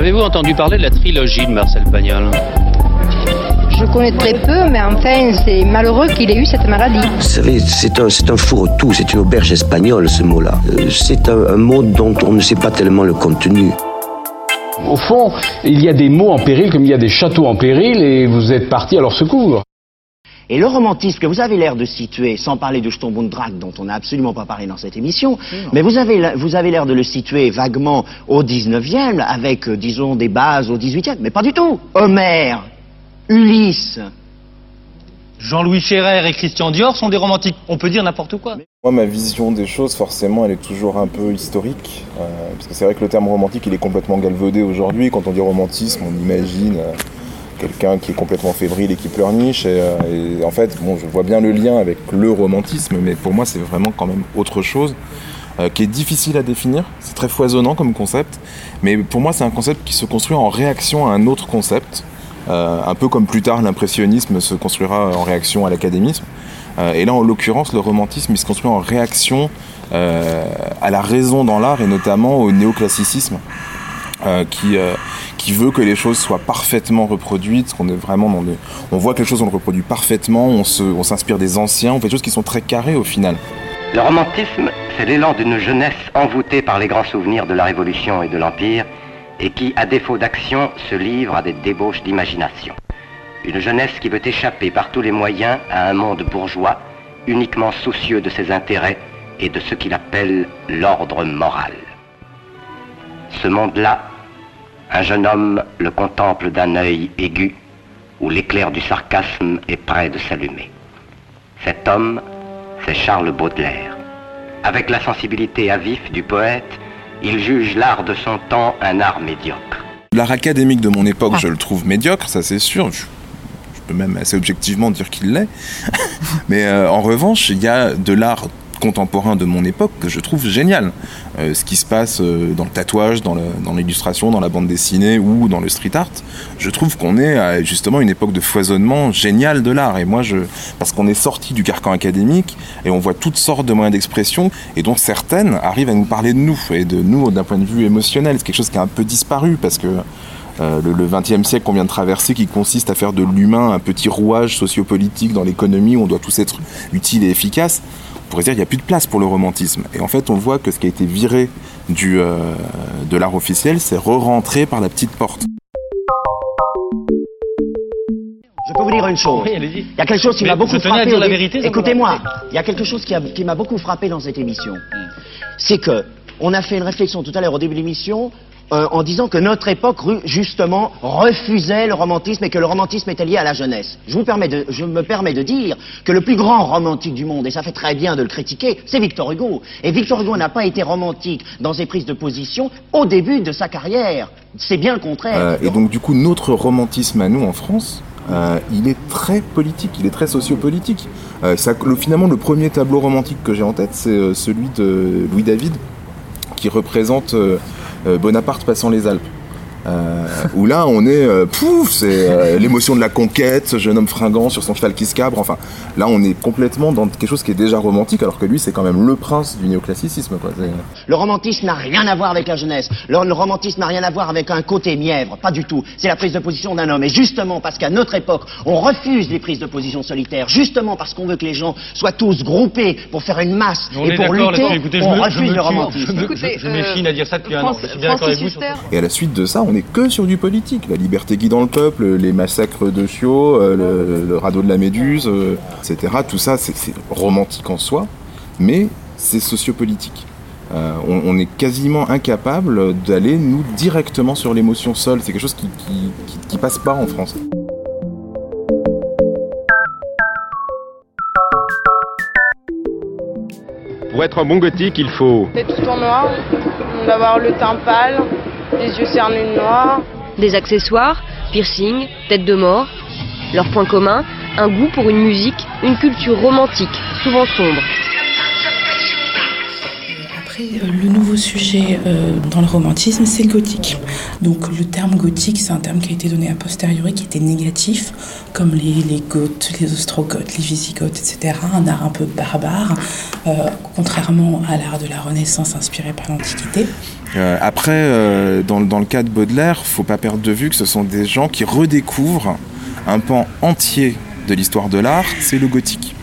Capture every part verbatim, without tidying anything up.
Avez-vous entendu parler de la trilogie de Marcel Pagnol ? Je connais très peu, mais enfin, c'est malheureux qu'il ait eu cette maladie. Vous savez, c'est un, c'est un fourre-tout, c'est une auberge espagnole, ce mot-là. C'est un, un mot dont on ne sait pas tellement le contenu. Au fond, il y a des mots en péril comme il y a des châteaux en péril, et vous êtes partis à leur secours. Et le romantisme que vous avez l'air de situer, sans parler de Sturm und Drang, dont on n'a absolument pas parlé dans cette émission, non. mais vous avez, vous avez l'air de le situer vaguement au dix-neuvième, avec, euh, disons, des bases au dix-huitième, mais pas du tout. Homère, Ulysse. Jean-Louis Scherrer et Christian Dior sont des romantiques. On peut dire n'importe quoi. Moi, ma vision des choses, forcément, elle est toujours un peu historique. Euh, parce que c'est vrai que le terme romantique, il est complètement galvaudé aujourd'hui. Quand on dit romantisme, on imagine euh, quelqu'un qui est complètement fébrile et qui pleurniche. Et, euh, et en fait, bon, je vois bien le lien avec le romantisme, mais pour moi, c'est vraiment quand même autre chose. Euh, qui est difficile à définir, c'est très foisonnant comme concept, mais pour moi, c'est un concept qui se construit en réaction à un autre concept. Euh, un peu comme plus tard l'impressionnisme se construira en réaction à l'académisme. Euh, et là, en l'occurrence, le romantisme il se construit en réaction euh, à la raison dans l'art et notamment au néoclassicisme euh, qui, euh, qui veut que les choses soient parfaitement reproduites, qu'on est vraiment dans des... on voit que les choses on le reproduit parfaitement, on, se, on s'inspire des anciens, on fait des choses qui sont très carrées au final. Le romantisme, c'est l'élan d'une jeunesse envoûtée par les grands souvenirs de la Révolution et de l'Empire, et qui, à défaut d'action, se livre à des débauches d'imagination. Une jeunesse qui veut échapper par tous les moyens à un monde bourgeois, uniquement soucieux de ses intérêts et de ce qu'il appelle l'ordre moral. Ce monde-là, un jeune homme le contemple d'un œil aigu, où l'éclair du sarcasme est près de s'allumer. Cet homme, c'est Charles Baudelaire. Avec la sensibilité à vif du poète, il juge l'art de son temps un art médiocre. L'art académique de mon époque, ah. je le trouve médiocre, ça c'est sûr. Je, je peux même assez objectivement dire qu'il l'est. Mais euh, en revanche, il y a de l'art contemporain de mon époque que je trouve génial. Euh, ce qui se passe euh, dans le tatouage, dans, le, dans l'illustration, dans la bande dessinée ou dans le street art, je trouve qu'on est à justement une époque de foisonnement génial de l'art. Et moi, je, parce qu'on est sorti du carcan académique et on voit toutes sortes de moyens d'expression et dont certaines arrivent à nous parler de nous et de nous d'un point de vue émotionnel. C'est quelque chose qui a un peu disparu parce que Euh, le vingtième siècle qu'on vient de traverser, qui consiste à faire de l'humain un petit rouage sociopolitique dans l'économie où on doit tous être utiles et efficaces, on pourrait dire qu'il n'y a plus de place pour le romantisme. Et en fait, on voit que ce qui a été viré du, euh, de l'art officiel, c'est re-rentré par la petite porte. Je peux vous dire une chose. Oui, allez-y. Il y a quelque chose qui Mais m'a beaucoup je tenais à frappé. dire la vérité, Écoutez-moi, il y a quelque chose qui, a, qui m'a beaucoup frappé dans cette émission. C'est que on a fait une réflexion tout à l'heure au début de l'émission. Euh, en disant que notre époque, justement, refusait le romantisme et que le romantisme était lié à la jeunesse. Je, vous permets de, je me permets de dire que le plus grand romantique du monde, et ça fait très bien de le critiquer, c'est Victor Hugo. Et Victor Hugo n'a pas été romantique dans ses prises de position au début de sa carrière. C'est bien le contraire. Euh, et donc, du coup, notre romantisme à nous, en France, euh, il est très politique, il est très sociopolitique. Euh, ça, le, finalement, le premier tableau romantique que j'ai en tête, c'est euh, celui de Louis David, qui représente... Euh, Euh, Bonaparte passant les Alpes, euh, où là on est, euh, pouf, c'est euh, l'émotion de la conquête, ce jeune homme fringant sur son cheval qui se cabre, enfin, là on est complètement dans quelque chose qui est déjà romantique, alors que lui c'est quand même le prince du néoclassicisme, quoi. C'est... Le romantisme n'a rien à voir avec la jeunesse, le, le romantisme n'a rien à voir avec un côté mièvre, pas du tout, c'est la prise de position d'un homme, et justement parce qu'à notre époque, on refuse les prises de position solitaires, justement parce qu'on veut que les gens soient tous groupés pour faire une masse, on et pour lutter, écoutez, on me, refuse me, le romantisme. Je, me, Écoutez, je, je m'échine à dire ça depuis France, un an, je suis bien d'accord avec vous. Sur... Et à la suite de ça, on n'est que sur du politique, la liberté guidant le peuple, les massacres de Chio, euh, le, le radeau de la Méduse, euh, et cetera. Tout ça, c'est, c'est romantique en soi, mais c'est sociopolitique. Euh, on, on est quasiment incapable d'aller, nous, directement sur l'émotion seule. C'est quelque chose qui, qui, qui, qui passe pas en France. Pour être un bon gothique, il faut... d'être tout en noir, d'avoir le teint pâle, les yeux cernus noirs. Des accessoires, piercing, tête de mort. Leur point commun, un goût pour une musique, une culture romantique, souvent sombre. Après, Après, euh, le nouveau sujet euh, dans le romantisme, c'est le gothique. Donc le terme gothique, c'est un terme qui a été donné a posteriori, qui était négatif, comme les, les Goths, les Ostrogoths, les Visigoths, et cetera. Un art un peu barbare, euh, contrairement à l'art de la Renaissance inspiré par l'Antiquité. Euh, après, euh, dans, dans le cas de Baudelaire, faut pas perdre de vue que ce sont des gens qui redécouvrent un pan entier de l'histoire de l'art, c'est le gothique.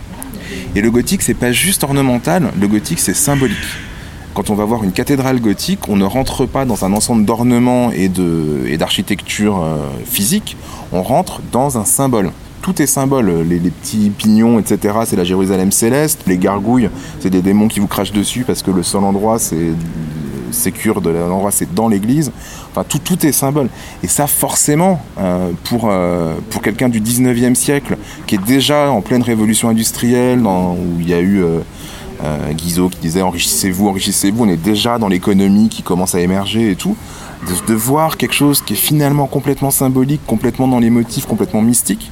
Et le gothique, c'est pas juste ornemental, le gothique, c'est symbolique. Quand on va voir une cathédrale gothique, on ne rentre pas dans un ensemble d'ornements et, de, et d'architecture euh, physique, on rentre dans un symbole. Tout est symbole, les, les petits pignons, et cetera, c'est la Jérusalem céleste, les gargouilles, c'est des démons qui vous crachent dessus parce que le seul endroit, c'est... sécure de l'endroit, c'est dans l'église. Enfin, tout, tout est symbole. Et ça, forcément, euh, pour, euh, pour quelqu'un du dix-neuvième siècle, qui est déjà en pleine révolution industrielle, dans, où il y a eu euh, euh, Guizot qui disait « enrichissez-vous, enrichissez-vous », on est déjà dans l'économie qui commence à émerger et tout, de, de voir quelque chose qui est finalement complètement symbolique, complètement dans les motifs, complètement mystique,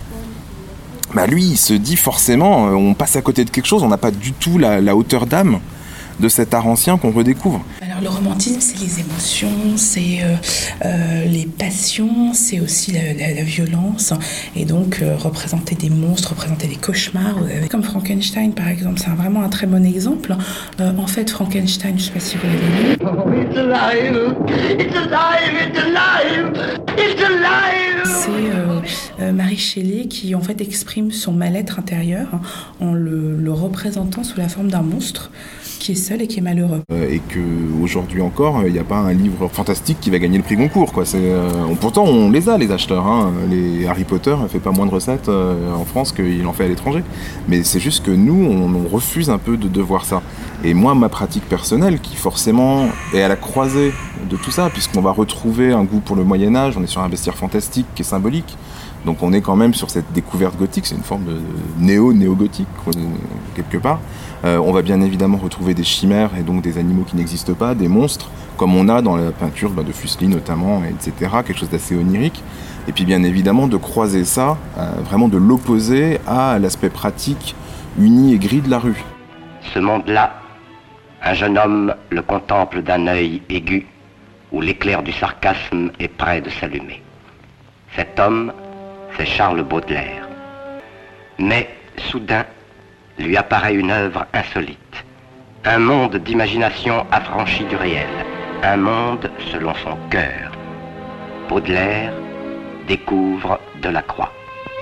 bah lui, il se dit forcément, euh, on passe à côté de quelque chose, on n'a pas du tout la, la hauteur d'âme de cet art ancien qu'on redécouvre. Alors le romantisme, c'est les émotions, c'est euh, euh, les passions, c'est aussi la, la, la violence, et donc euh, représenter des monstres, représenter des cauchemars, euh, comme Frankenstein par exemple, c'est un, vraiment un très bon exemple. Euh, en fait, Frankenstein, je ne sais pas si vous l'avez lu. Oh, it's alive, it's alive, it's alive, it's alive. C'est euh, euh, Mary Shelley qui en fait exprime son mal-être intérieur en le, le représentant sous la forme d'un monstre qui est seul et qui est malheureux. Euh, et qu'aujourd'hui encore, il n'y a pas un livre fantastique qui va gagner le prix Goncourt, quoi. C'est, euh, on, pourtant, on les a, les acheteurs. Hein. Les Harry Potter ne fait pas moins de recettes euh, en France qu'il en fait à l'étranger. Mais c'est juste que nous, on, on refuse un peu de, de voir ça. Et moi, ma pratique personnelle, qui forcément est à la croisée de tout ça, puisqu'on va retrouver un goût pour le Moyen-Âge, on est sur un bestiaire fantastique qui est symbolique. Donc on est quand même sur cette découverte gothique, c'est une forme de néo-néo-gothique, quelque part. Euh, on va bien évidemment retrouver des chimères et donc des animaux qui n'existent pas, des monstres, comme on a dans la peinture bah, de Fuseli notamment, et cetera, quelque chose d'assez onirique. Et puis bien évidemment de croiser ça, euh, vraiment de l'opposer à l'aspect pratique, uni et gris de la rue. Ce monde-là, un jeune homme le contemple d'un œil aigu, où l'éclair du sarcasme est près de s'allumer. Cet homme, c'est Charles Baudelaire. Mais, soudain, lui apparaît une œuvre insolite. Un monde d'imagination affranchi du réel. Un monde selon son cœur. Baudelaire découvre Delacroix.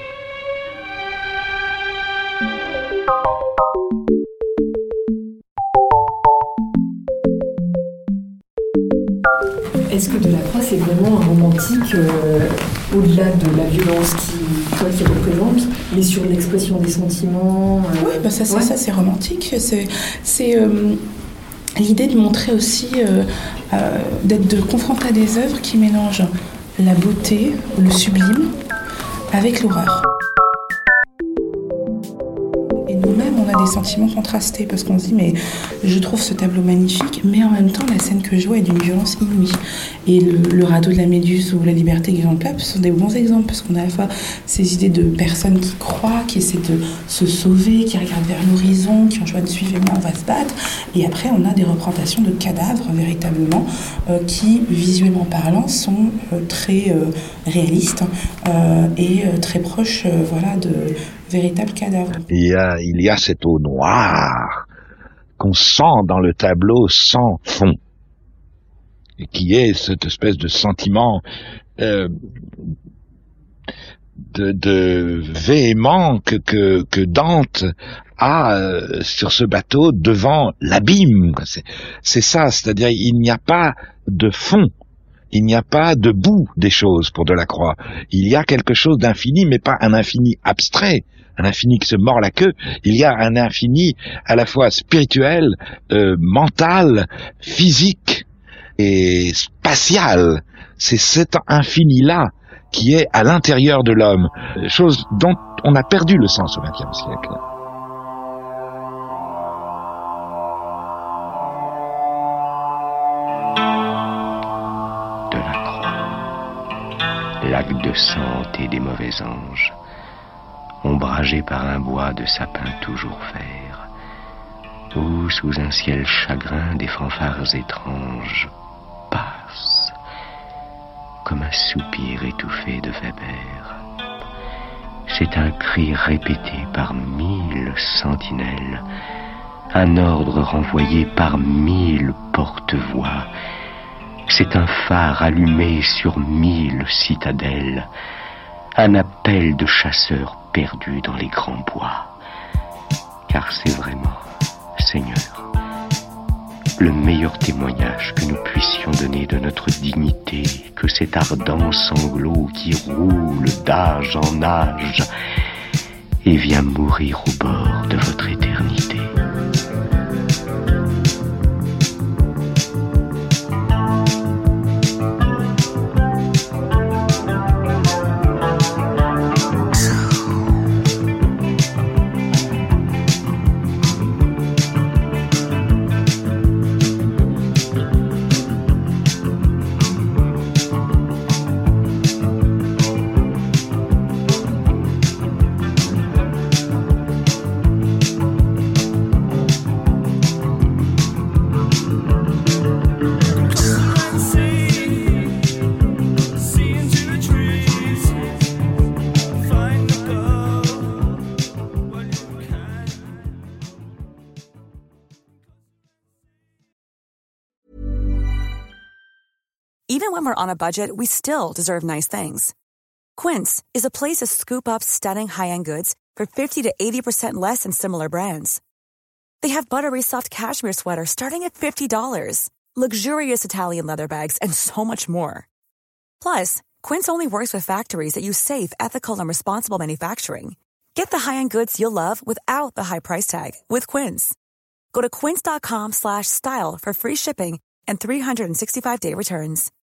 Est-ce que Delacroix, c'est vraiment un romantique euh, au-delà de la violence qui, toi, qui représente, mais sur l'expression des sentiments euh... Oui, bah ça, c'est, ouais. ça, c'est romantique. C'est, c'est euh, l'idée de montrer aussi, euh, euh, d'être de confronter à des œuvres qui mélangent la beauté, le sublime, avec l'horreur. Et nous-mêmes, on a des sentiments contrastés parce qu'on se dit, mais je trouve ce tableau magnifique, mais en même temps, la scène que je vois est d'une violence inouïe. Et le, le radeau de la Méduse ou la liberté qui exemple, ce sont des bons exemples parce qu'on a à la fois ces idées de personnes qui croient, qui essaient de se sauver, qui regardent vers l'horizon, qui ont choisi de suivre, on va se battre. Et après, on a des représentations de cadavres véritablement euh, qui, visuellement parlant, sont euh, très euh, réalistes euh, et euh, très proches, euh, voilà, de véritables cadavres. Il y a, il y a cette eau noire qu'on sent dans le tableau sans fond, et qui est cette espèce de sentiment euh, de, de véhément que, que, que Dante a euh, sur ce bateau devant l'abîme. C'est, c'est ça, c'est-à-dire il n'y a pas de fond. Il n'y a pas de bout des choses pour Delacroix. Il y a quelque chose d'infini, mais pas un infini abstrait, un infini qui se mord la queue. Il y a un infini à la fois spirituel, euh, mental, physique et spatial. C'est cet infini-là qui est à l'intérieur de l'homme, chose dont on a perdu le sens au vingtième siècle. Lac de sang et des mauvais anges, ombragé par un bois de sapin toujours vert, où, sous un ciel chagrin, des fanfares étranges passent, comme un soupir étouffé de Weber. C'est un cri répété par mille sentinelles, un ordre renvoyé par mille porte-voix. C'est un phare allumé sur mille citadelles, un appel de chasseurs perdus dans les grands bois. Car c'est vraiment, Seigneur, le meilleur témoignage que nous puissions donner de notre dignité, que cet ardent sanglot qui roule d'âge en âge et vient mourir au bord de votre éternité. Even when we're on a budget, we still deserve nice things. Quince is a place to scoop up stunning high-end goods for fifty to eighty percent less than similar brands. They have buttery soft cashmere sweaters starting at fifty dollars, luxurious Italian leather bags, and so much more. Plus, Quince only works with factories that use safe, ethical, and responsible manufacturing. Get the high-end goods you'll love without the high price tag with Quince. Go to quince.com slash style for free shipping and three hundred sixty-five day returns.